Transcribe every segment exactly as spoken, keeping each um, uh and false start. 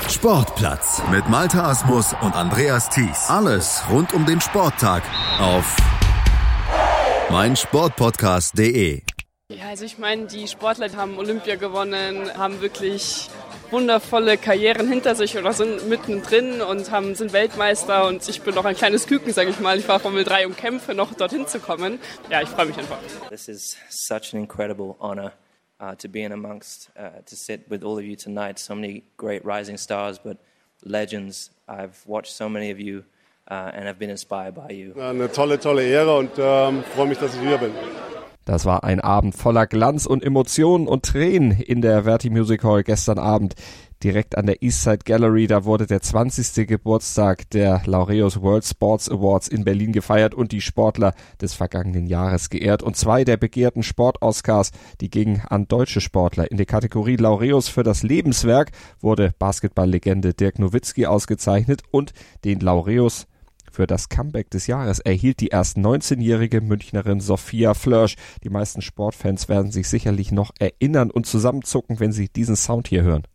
Sportplatz mit Malte Asmus und Andreas Thies. Alles rund um den Sporttag auf meinsportpodcast punkt de. Ja, also ich meine, die Sportler haben Olympia gewonnen, haben wirklich wundervolle Karrieren hinter sich oder sind mittendrin und haben, sind Weltmeister und ich bin noch ein kleines Küken, sage ich mal. Ich fahre Formel drei und kämpfe noch dorthin zu kommen. Ja, ich freue mich einfach. This is such an incredible honor uh, to be in amongst, uh, to sit with all of you tonight. So many great rising stars, but legends. I've watched so many of you uh, and I've been inspired by you. Eine tolle, tolle Ehre und ähm, freue mich, dass ich hier bin. Das war ein Abend voller Glanz und Emotionen und Tränen in der Verti Music Hall gestern Abend. Direkt an der Eastside Gallery, da wurde der zwanzigste Geburtstag der Laureus World Sports Awards in Berlin gefeiert und die Sportler des vergangenen Jahres geehrt. Und zwei der begehrten Sport-Oscars, die gingen an deutsche Sportler. In der Kategorie Laureus für das Lebenswerk wurde Basketballlegende Dirk Nowitzki ausgezeichnet und den Laureus für das Comeback des Jahres erhielt die erst neunzehnjährige Münchnerin Sophia Flörsch. Die meisten Sportfans werden sich sicherlich noch erinnern und zusammenzucken, wenn sie diesen Sound hier hören.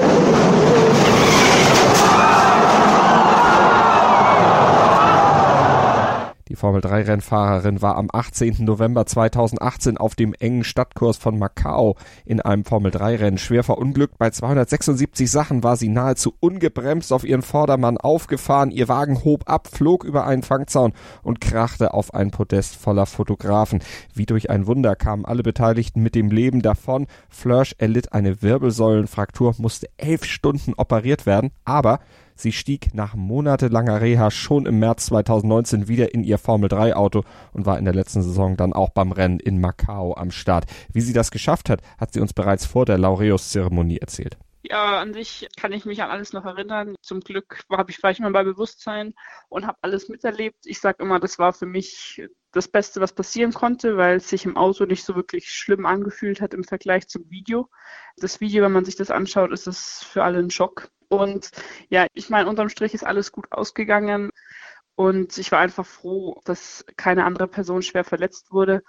Die Formel drei Rennfahrerin war am achtzehnten November zweitausendachtzehn auf dem engen Stadtkurs von Macau in einem Formel drei Rennen schwer verunglückt. Bei zweihundertsechsundsiebzig Sachen war sie nahezu ungebremst auf ihren Vordermann aufgefahren. Ihr Wagen hob ab, flog über einen Fangzaun und krachte auf ein Podest voller Fotografen. Wie durch ein Wunder kamen alle Beteiligten mit dem Leben davon. Flörsch erlitt eine Wirbelsäulenfraktur, musste elf Stunden operiert werden, aber sie stieg nach monatelanger Reha schon im März zweitausendneunzehn wieder in ihr Formel drei Auto und war in der letzten Saison dann auch beim Rennen in Macau am Start. Wie sie das geschafft hat, hat sie uns bereits vor der Laureus-Zeremonie erzählt. Ja, an sich kann ich mich an alles noch erinnern. Zum Glück war ich, war ich immer bei Bewusstsein und habe alles miterlebt. Ich sage immer, das war für mich das Beste, was passieren konnte, weil es sich im Auto nicht so wirklich schlimm angefühlt hat im Vergleich zum Video. Das Video, wenn man sich das anschaut, ist es für alle ein Schock. Und ja, ich meine, unterm Strich ist alles gut ausgegangen und ich war einfach froh, dass keine andere Person schwer verletzt wurde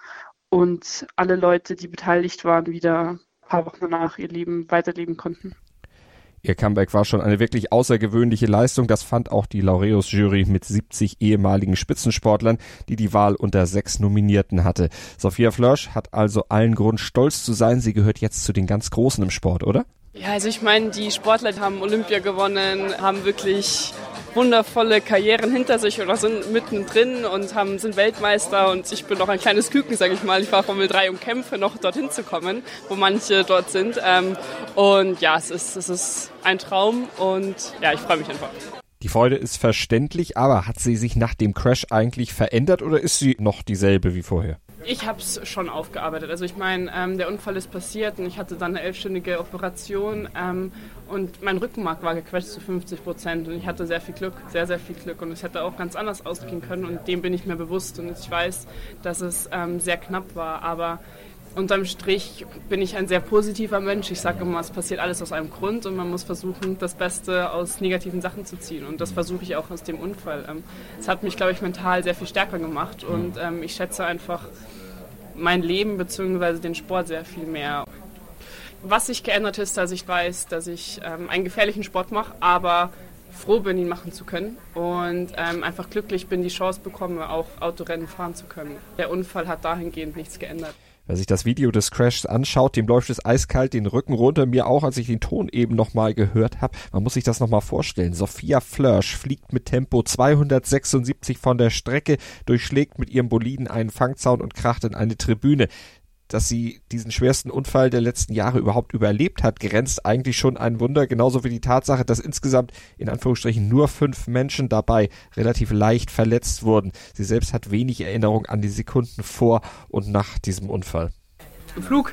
und alle Leute, die beteiligt waren, wieder ein paar Wochen danach ihr Leben weiterleben konnten. Ihr Comeback war schon eine wirklich außergewöhnliche Leistung. Das fand auch die Laureus-Jury mit siebzig ehemaligen Spitzensportlern, die die Wahl unter sechs Nominierten hatte. Sophia Flörsch hat also allen Grund, stolz zu sein. Sie gehört jetzt zu den ganz Großen im Sport, oder? Ja, also ich meine, die Sportler haben Olympia gewonnen, haben wirklich wundervolle Karrieren hinter sich oder sind mittendrin und haben, sind Weltmeister und ich bin noch ein kleines Küken, sage ich mal. Ich fahre Formel drei und kämpfe noch dorthin zu kommen, wo manche dort sind. Und ja, es ist, es ist ein Traum und ja, ich freue mich einfach. Die Freude ist verständlich, aber hat sie sich nach dem Crash eigentlich verändert oder ist sie noch dieselbe wie vorher? Ich habe es schon aufgearbeitet. Also ich meine, ähm, der Unfall ist passiert und ich hatte dann eine elfstündige Operation ähm, und mein Rückenmark war gecrasht zu fünfzig Prozent und ich hatte sehr viel Glück, sehr, sehr viel Glück und es hätte auch ganz anders ausgehen können und dem bin ich mir bewusst und ich weiß, dass es ähm, sehr knapp war, aber unterm Strich bin ich ein sehr positiver Mensch. Ich sage immer, es passiert alles aus einem Grund und man muss versuchen, das Beste aus negativen Sachen zu ziehen. Und das versuche ich auch aus dem Unfall. Es hat mich, glaube ich, mental sehr viel stärker gemacht und ähm, ich schätze einfach mein Leben bzw. den Sport sehr viel mehr. Was sich geändert ist, dass ich weiß, dass ich ähm, einen gefährlichen Sport mache, aber froh bin, ihn machen zu können und ähm, einfach glücklich bin, die Chance bekomme, auch Autorennen fahren zu können. Der Unfall hat dahingehend nichts geändert. Wer sich das Video des Crashs anschaut, dem läuft es eiskalt den Rücken runter. Mir auch, als ich den Ton eben nochmal gehört habe. Man muss sich das nochmal vorstellen. Sophia Flörsch fliegt mit Tempo zweihundertsechsundsiebzig von der Strecke, durchschlägt mit ihrem Boliden einen Fangzaun und kracht in eine Tribüne. Dass sie diesen schwersten Unfall der letzten Jahre überhaupt überlebt hat, grenzt eigentlich schon ein Wunder. Genauso wie die Tatsache, dass insgesamt in Anführungsstrichen nur fünf Menschen dabei relativ leicht verletzt wurden. Sie selbst hat wenig Erinnerung an die Sekunden vor und nach diesem Unfall. Im Flug?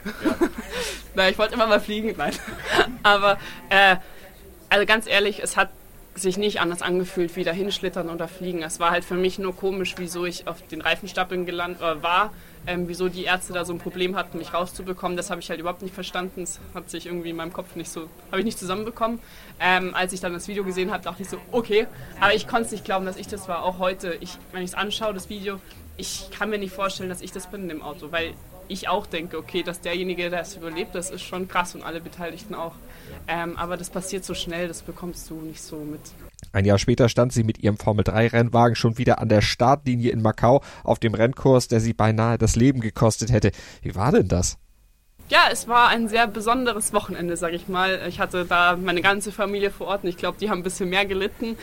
Nein, ich wollte immer mal fliegen. Nein. Aber äh, also ganz ehrlich, es hat sich nicht anders angefühlt wie dahinschlittern oder fliegen. Es war halt für mich nur komisch, wieso ich auf den Reifenstapeln gelandet äh, war, ähm, wieso die Ärzte da so ein Problem hatten, mich rauszubekommen. Das habe ich halt überhaupt nicht verstanden. Das hat sich irgendwie in meinem Kopf nicht so, habe ich nicht zusammenbekommen. Ähm, als ich dann das Video gesehen habe, dachte ich so, okay. Aber ich konnte es nicht glauben, dass ich das war. Auch heute, ich, wenn ich es anschaue, das Video, ich kann mir nicht vorstellen, dass ich das bin in dem Auto, weil ich auch denke, okay, dass derjenige, der es überlebt, das ist schon krass und alle Beteiligten auch. Ähm, aber das passiert so schnell, das bekommst du nicht so mit. Ein Jahr später stand sie mit ihrem Formel drei Rennwagen schon wieder an der Startlinie in Macau auf dem Rennkurs, der sie beinahe das Leben gekostet hätte. Wie war denn das? Ja, es war ein sehr besonderes Wochenende, sag ich mal. Ich hatte da meine ganze Familie vor Ort und ich glaube, die haben ein bisschen mehr gelitten.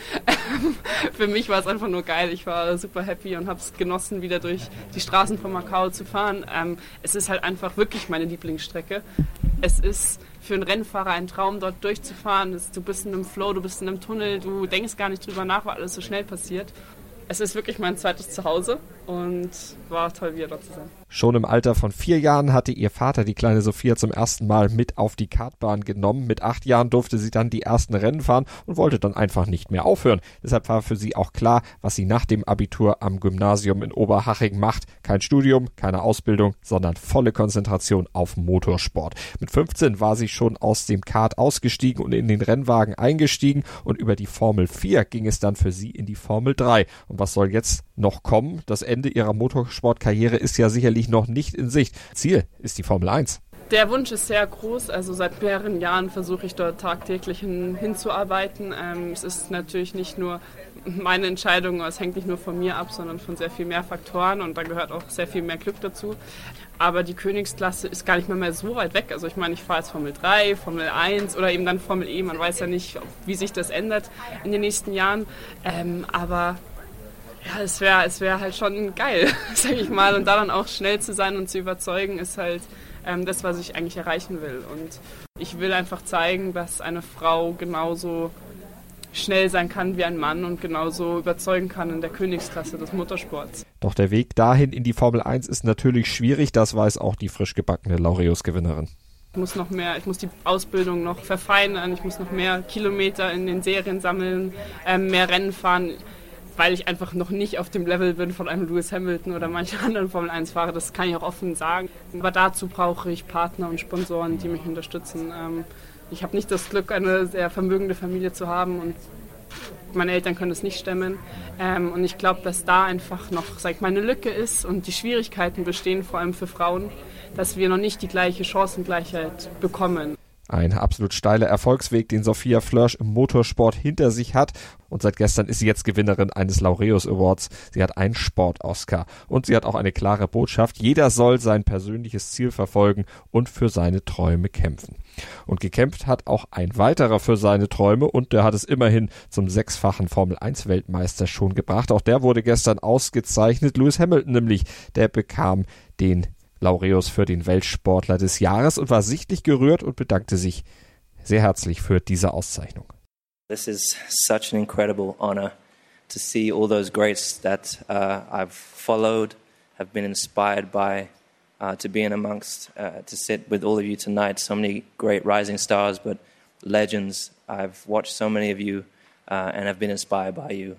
Für mich war es einfach nur geil. Ich war super happy und habe es genossen, wieder durch die Straßen von Macau zu fahren. Ähm, es ist halt einfach wirklich meine Lieblingsstrecke. Es ist für einen Rennfahrer ein Traum, dort durchzufahren. Du bist in einem Flow, du bist in einem Tunnel, du denkst gar nicht drüber nach, weil alles so schnell passiert. Es ist wirklich mein zweites Zuhause und war toll, wieder dort zu sein. Schon im Alter von vier Jahren hatte ihr Vater die kleine Sophia zum ersten Mal mit auf die Kartbahn genommen. Mit acht Jahren durfte sie dann die ersten Rennen fahren und wollte dann einfach nicht mehr aufhören. Deshalb war für sie auch klar, was sie nach dem Abitur am Gymnasium in Oberhaching macht. Kein Studium, keine Ausbildung, sondern volle Konzentration auf Motorsport. Mit fünfzehn war sie schon aus dem Kart ausgestiegen und in den Rennwagen eingestiegen und über die Formel vier ging es dann für sie in die Formel drei. Und was soll jetzt noch kommen? Das Ende ihrer Motorsportkarriere ist ja sicherlich noch nicht in Sicht. Ziel ist die Formel eins. Der Wunsch ist sehr groß. Also seit mehreren Jahren versuche ich dort tagtäglich hin, hinzuarbeiten. Ähm, es ist natürlich nicht nur meine Entscheidung, es hängt nicht nur von mir ab, sondern von sehr viel mehr Faktoren und da gehört auch sehr viel mehr Glück dazu. Aber die Königsklasse ist gar nicht mehr, mehr so weit weg. Also ich meine, ich fahre jetzt Formel drei, Formel eins oder eben dann Formel E. Man weiß ja nicht, wie sich das ändert in den nächsten Jahren. Ähm, aber ja, es wäre es wär halt schon geil, sag ich mal. Und da dann auch schnell zu sein und zu überzeugen, ist halt ähm, das, was ich eigentlich erreichen will. Und ich will einfach zeigen, dass eine Frau genauso schnell sein kann wie ein Mann und genauso überzeugen kann in der Königsklasse des Motorsports. Doch der Weg dahin in die Formel eins ist natürlich schwierig, das weiß auch die frisch gebackene Laureus-Gewinnerin. Ich muss noch mehr, ich muss die Ausbildung noch verfeinern, ich muss noch mehr Kilometer in den Serien sammeln, ähm, mehr Rennen fahren, weil ich einfach noch nicht auf dem Level bin von einem Lewis Hamilton oder manchen anderen Formel eins Fahrer. Das kann ich auch offen sagen. Aber dazu brauche ich Partner und Sponsoren, die mich unterstützen. Ähm, ich habe nicht das Glück, eine sehr vermögende Familie zu haben und meine Eltern können es nicht stemmen. Ähm, und ich glaube, dass da einfach noch, sag ich mal, eine Lücke ist und die Schwierigkeiten bestehen, vor allem für Frauen, dass wir noch nicht die gleiche Chancengleichheit bekommen. Ein absolut steiler Erfolgsweg, den Sophia Flörsch im Motorsport hinter sich hat. Und seit gestern ist sie jetzt Gewinnerin eines Laureus Awards. Sie hat einen Sport-Oscar. Und sie hat auch eine klare Botschaft. Jeder soll sein persönliches Ziel verfolgen und für seine Träume kämpfen. Und gekämpft hat auch ein weiterer für seine Träume. Und der hat es immerhin zum sechsfachen Formel eins Weltmeister schon gebracht. Auch der wurde gestern ausgezeichnet. Lewis Hamilton nämlich, der bekam den Laureus für den Weltsportler des Jahres und war sichtlich gerührt und bedankte sich sehr herzlich für diese Auszeichnung. This is such an incredible honor to see all those greats that uh, I've followed, have been inspired by, uh, to be in amongst, uh, to sit with all of you tonight. So many great rising stars, but legends. I've watched so many of you uh, and have been inspired by you.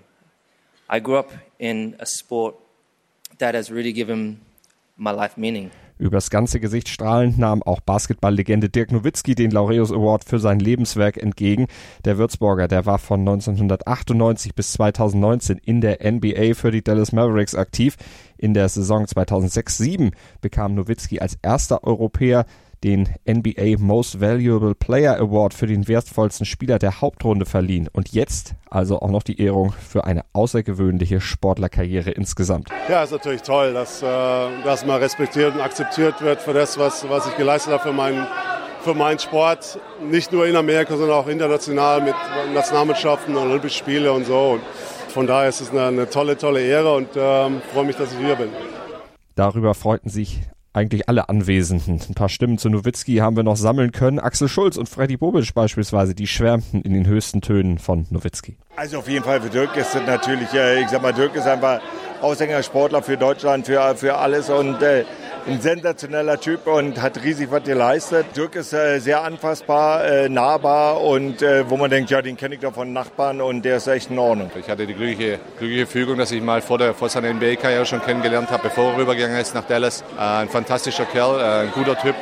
I grew up in a sport that has really given my life meaning. Übers ganze Gesicht strahlend nahm auch Basketballlegende Dirk Nowitzki den Laureus Award für sein Lebenswerk entgegen. Der Würzburger, der war von neunzehnhundertachtundneunzig bis zweitausendneunzehn in der N B A für die Dallas Mavericks aktiv. In der Saison zweitausendsechs sieben bekam Nowitzki als erster Europäer den N B A Most Valuable Player Award für den wertvollsten Spieler der Hauptrunde verliehen. Und jetzt also auch noch die Ehrung für eine außergewöhnliche Sportlerkarriere insgesamt. Ja, ist natürlich toll, dass, äh, dass man respektiert und akzeptiert wird für das, was, was ich geleistet habe für meinen, für meinen Sport. Nicht nur in Amerika, sondern auch international mit Nationalmannschaften, Olympische Spiele und so. Und von daher ist es eine, eine tolle, tolle Ehre und ähm, freue mich, dass ich hier bin. Darüber freuten sich eigentlich alle Anwesenden. Ein paar Stimmen zu Nowitzki haben wir noch sammeln können. Axel Schulz und Freddy Bobic beispielsweise, die schwärmten in den höchsten Tönen von Nowitzki. Also auf jeden Fall für Dirk ist es natürlich, ich sag mal, Dirk ist einfach Aushängersportler für Deutschland, für, für alles und äh, ein sensationeller Typ und hat riesig was geleistet. Dirk ist äh, sehr anfassbar, äh, nahbar und äh, wo man denkt, ja, den kenne ich doch von Nachbarn und der ist echt in Ordnung. Ich hatte die glückliche, glückliche Fügung, dass ich mal vor, der, vor seiner N B A-Karriere schon kennengelernt habe, bevor er rübergegangen ist nach Dallas. Äh, ein fantastischer Kerl, äh, ein guter Typ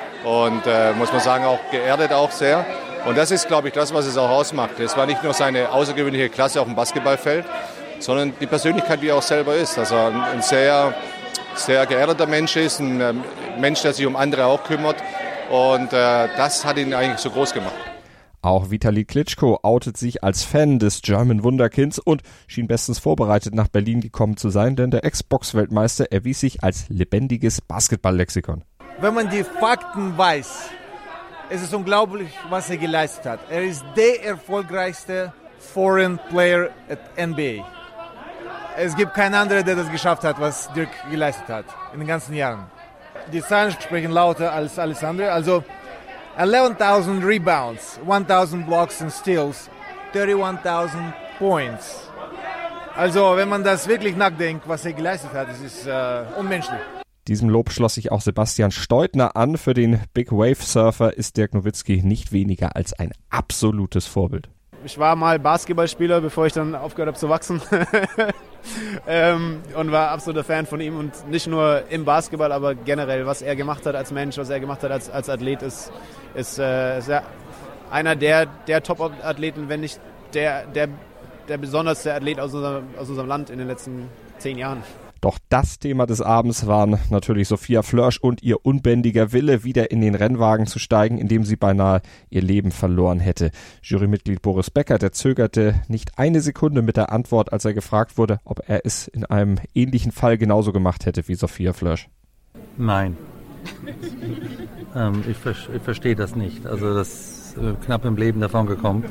und äh, muss man sagen, auch geerdet auch sehr. Und das ist, glaube ich, das, was es auch ausmacht. Es war nicht nur seine außergewöhnliche Klasse auf dem Basketballfeld, sondern die Persönlichkeit, wie er auch selber ist. Also ein, ein sehr... sehr geerdeter Mensch ist, ein, Mensch, der sich um andere auch kümmert. Und äh, das hat ihn eigentlich so groß gemacht. Auch Vitali Klitschko outet sich als Fan des German Wunderkinds und schien bestens vorbereitet nach Berlin gekommen zu sein, denn der Ex-Box-Weltmeister erwies sich als lebendiges Basketball-Lexikon. Wenn man die Fakten weiß, es ist unglaublich, was er geleistet hat. Er ist der erfolgreichste Foreign Player at N B A. Es gibt keinen anderen, der das geschafft hat, was Dirk geleistet hat in den ganzen Jahren. Die Zahlen sprechen lauter als alles andere. Also eleventausend Rebounds, tausend Blocks and Steals, einunddreißigtausend Points. Also wenn man das wirklich nachdenkt, was er geleistet hat, das ist äh, unmenschlich. Diesem Lob schloss sich auch Sebastian Steutner an. Für den Big Wave Surfer ist Dirk Nowitzki nicht weniger als ein absolutes Vorbild. Ich war mal Basketballspieler, bevor ich dann aufgehört habe zu wachsen. ähm, und war absoluter Fan von ihm. Und nicht nur im Basketball, aber generell, was er gemacht hat als Mensch, was er gemacht hat als, als Athlet, ist, ist, äh, ist ja einer der, der Top-Athleten, wenn nicht der, der, der besonderste Athlet aus unserem, aus unserem Land in den letzten zehn Jahren. Doch das Thema des Abends waren natürlich Sophia Flörsch und ihr unbändiger Wille, wieder in den Rennwagen zu steigen, indem sie beinahe ihr Leben verloren hätte. Jurymitglied Boris Becker, der zögerte nicht eine Sekunde mit der Antwort, als er gefragt wurde, ob er es in einem ähnlichen Fall genauso gemacht hätte wie Sophia Flörsch. Nein. ähm, ich, ich verstehe das nicht. Also das äh, knapp im Leben davon gekommen.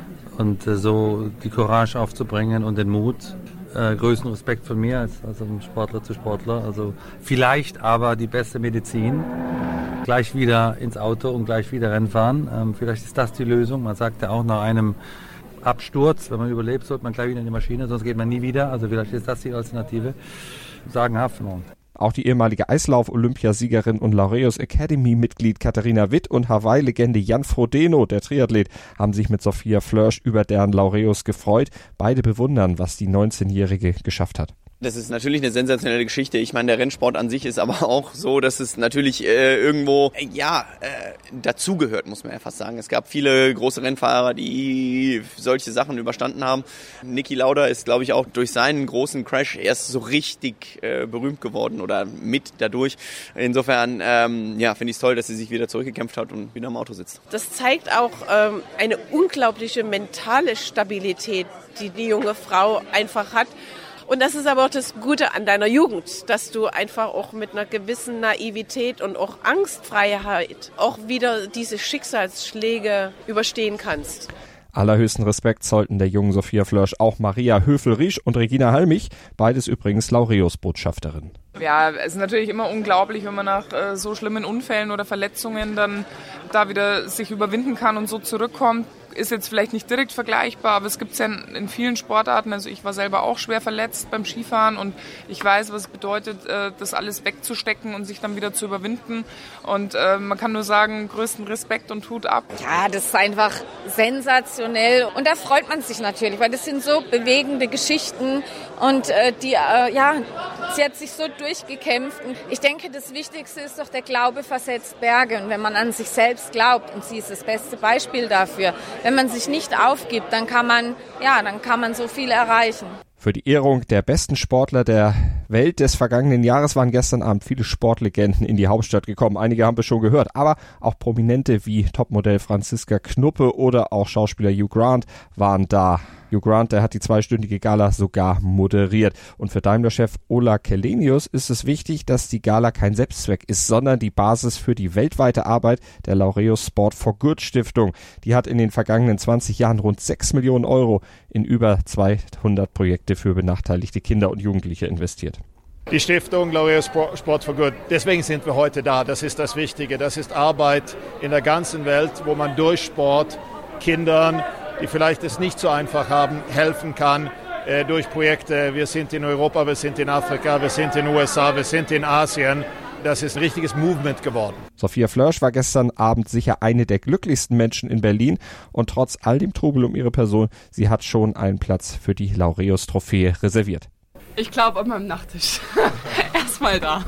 Und äh, so die Courage aufzubringen und den Mut. Äh, größten Respekt von mir als, als Sportler zu Sportler. Also vielleicht aber die beste Medizin. Gleich wieder ins Auto und gleich wieder Rennen fahren. Ähm, vielleicht ist das die Lösung. Man sagt ja auch nach einem Absturz, wenn man überlebt, sollte man gleich wieder in die Maschine, sonst geht man nie wieder. Also vielleicht ist das die Alternative. Sagenhaft. Auch die ehemalige Eislauf-Olympiasiegerin und Laureus Academy-Mitglied Katharina Witt und Hawaii-Legende Jan Frodeno, der Triathlet, haben sich mit Sophia Flörsch über deren Laureus gefreut. Beide bewundern, was die neunzehnjährige geschafft hat. Das ist natürlich eine sensationelle Geschichte. Ich meine, der Rennsport an sich ist aber auch so, dass es natürlich äh, irgendwo äh, ja äh, dazugehört, muss man ja fast sagen. Es gab viele große Rennfahrer, die solche Sachen überstanden haben. Niki Lauda ist, glaube ich, auch durch seinen großen Crash erst so richtig äh, berühmt geworden oder mit dadurch. Insofern ähm, ja, finde ich es toll, dass sie sich wieder zurückgekämpft hat und wieder im Auto sitzt. Das zeigt auch ähm, eine unglaubliche mentale Stabilität, die die junge Frau einfach hat. Und das ist aber auch das Gute an deiner Jugend, dass du einfach auch mit einer gewissen Naivität und auch Angstfreiheit auch wieder diese Schicksalsschläge überstehen kannst. Allerhöchsten Respekt zollten der jungen Sophia Flörsch auch Maria Höfel-Riesch und Regina Halmich, beides übrigens Laureus-Botschafterinnen. Ja, es ist natürlich immer unglaublich, wenn man nach äh, so schlimmen Unfällen oder Verletzungen dann da wieder sich überwinden kann und so zurückkommt. Ist jetzt vielleicht nicht direkt vergleichbar, aber es gibt es ja in, in vielen Sportarten. Also ich war selber auch schwer verletzt beim Skifahren und ich weiß, was es bedeutet, äh, das alles wegzustecken und sich dann wieder zu überwinden. Und äh, man kann nur sagen, größten Respekt und Hut ab. Ja, das ist einfach sensationell und da freut man sich natürlich, weil das sind so bewegende Geschichten und äh, die, äh, ja, sie hat sich so durchgekämpft. Und ich denke, das Wichtigste ist doch, der Glaube versetzt Berge und wenn man an sich selbst glaubt und sie ist das beste Beispiel dafür. Wenn man sich nicht aufgibt, dann kann man, ja, dann kann man so viel erreichen. Für die Ehrung der besten Sportler der Welt des vergangenen Jahres waren gestern Abend viele Sportlegenden in die Hauptstadt gekommen. Einige haben wir schon gehört, aber auch Prominente wie Topmodell Franziska Knuppe oder auch Schauspieler Hugh Grant waren da. Hugh Grant, der hat die zweistündige Gala sogar moderiert. Und für Daimler-Chef Ola Källenius ist es wichtig, dass die Gala kein Selbstzweck ist, sondern die Basis für die weltweite Arbeit der Laureus Sport for Good Stiftung. Die hat in den vergangenen zwanzig Jahren rund sechs Millionen Euro in über zweihundert Projekte für benachteiligte Kinder und Jugendliche investiert. Die Stiftung Laureus Sport for Good, deswegen sind wir heute da. Das ist das Wichtige. Das ist Arbeit in der ganzen Welt, wo man durch Sport Kindern, die vielleicht es nicht so einfach haben, helfen kann äh, durch Projekte. Wir sind in Europa, wir sind in Afrika, wir sind in den U S A, wir sind in Asien. Das ist ein richtiges Movement geworden. Sophia Flörsch war gestern Abend sicher eine der glücklichsten Menschen in Berlin und trotz all dem Trubel um ihre Person, sie hat schon einen Platz für die Laureus-Trophäe reserviert. Ich glaube an meinem Nachttisch. Erstmal da.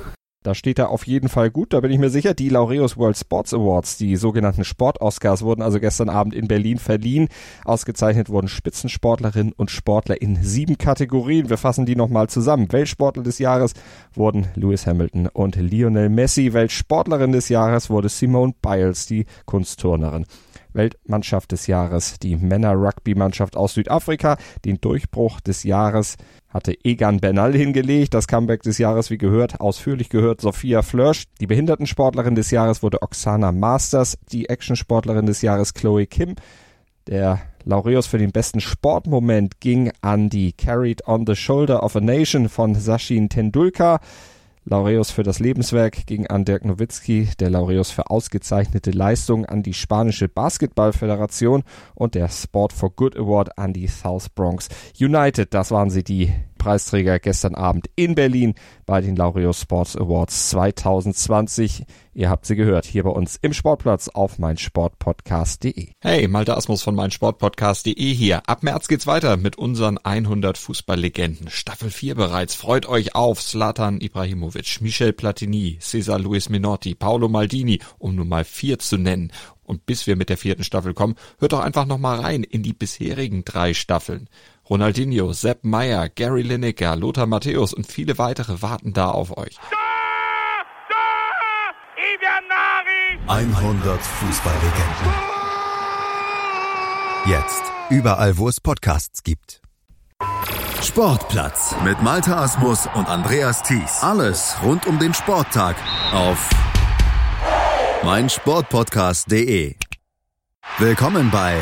Da steht er auf jeden Fall gut, da bin ich mir sicher. Die Laureus World Sports Awards, die sogenannten Sport-Oscars, wurden also gestern Abend in Berlin verliehen. Ausgezeichnet wurden Spitzensportlerinnen und Sportler in sieben Kategorien. Wir fassen die nochmal zusammen. Weltsportler des Jahres wurden Lewis Hamilton und Lionel Messi. Weltsportlerin des Jahres wurde Simone Biles, die Kunstturnerin. Weltmannschaft des Jahres, die Männer-Rugby-Mannschaft aus Südafrika. Den Durchbruch des Jahres hatte Egan Bernal hingelegt. Das Comeback des Jahres, wie gehört, ausführlich gehört, Sophia Flörsch. Die Behindertensportlerin des Jahres wurde Oksana Masters. Die Actionsportlerin des Jahres Chloe Kim. Der Laureus für den besten Sportmoment ging an die Carried on the Shoulder of a Nation von Sachin Tendulkar. Laureus für das Lebenswerk ging an Dirk Nowitzki, der Laureus für ausgezeichnete Leistung an die spanische Basketballföderation und der Sport for Good Award an die South Bronx United. Das waren sie, die Preisträger gestern Abend in Berlin bei den Laureus Sports Awards zwanzig zwanzig. Ihr habt sie gehört, hier bei uns im Sportplatz auf meinsportpodcast punkt de. Hey, Malte Asmus von meinsportpodcast punkt de hier. Ab März geht's weiter mit unseren hundert Fußballlegenden. Staffel vier bereits. Freut euch auf Zlatan Ibrahimovic, Michel Platini, Cesar Luis Minotti, Paolo Maldini, um nur mal vier zu nennen. Und bis wir mit der vierten Staffel kommen, hört doch einfach noch mal rein in die bisherigen drei Staffeln. Ronaldinho, Sepp Maier, Gary Lineker, Lothar Matthäus und viele weitere warten da auf euch. hundert Fußballlegenden. Jetzt überall, wo es Podcasts gibt. Sportplatz mit Malte Asmus und Andreas Thies. Alles rund um den Sporttag auf meinsportpodcast punkt de. Willkommen bei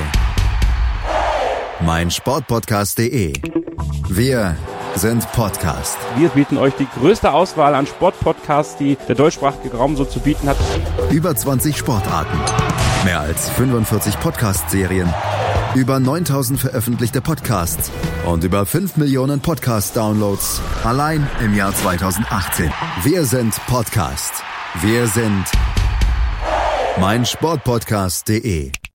meinsportpodcast punkt de. Wir sind Podcast. Wir bieten euch die größte Auswahl an Sportpodcasts, die der deutschsprachige Raum so zu bieten hat. Über zwanzig Sportarten, mehr als fünfundvierzig Podcast-Serien, über neuntausend veröffentlichte Podcasts und über fünf Millionen Podcast-Downloads allein im Jahr zweitausendachtzehn. Wir sind Podcast. Wir sind meinsportpodcast punkt de.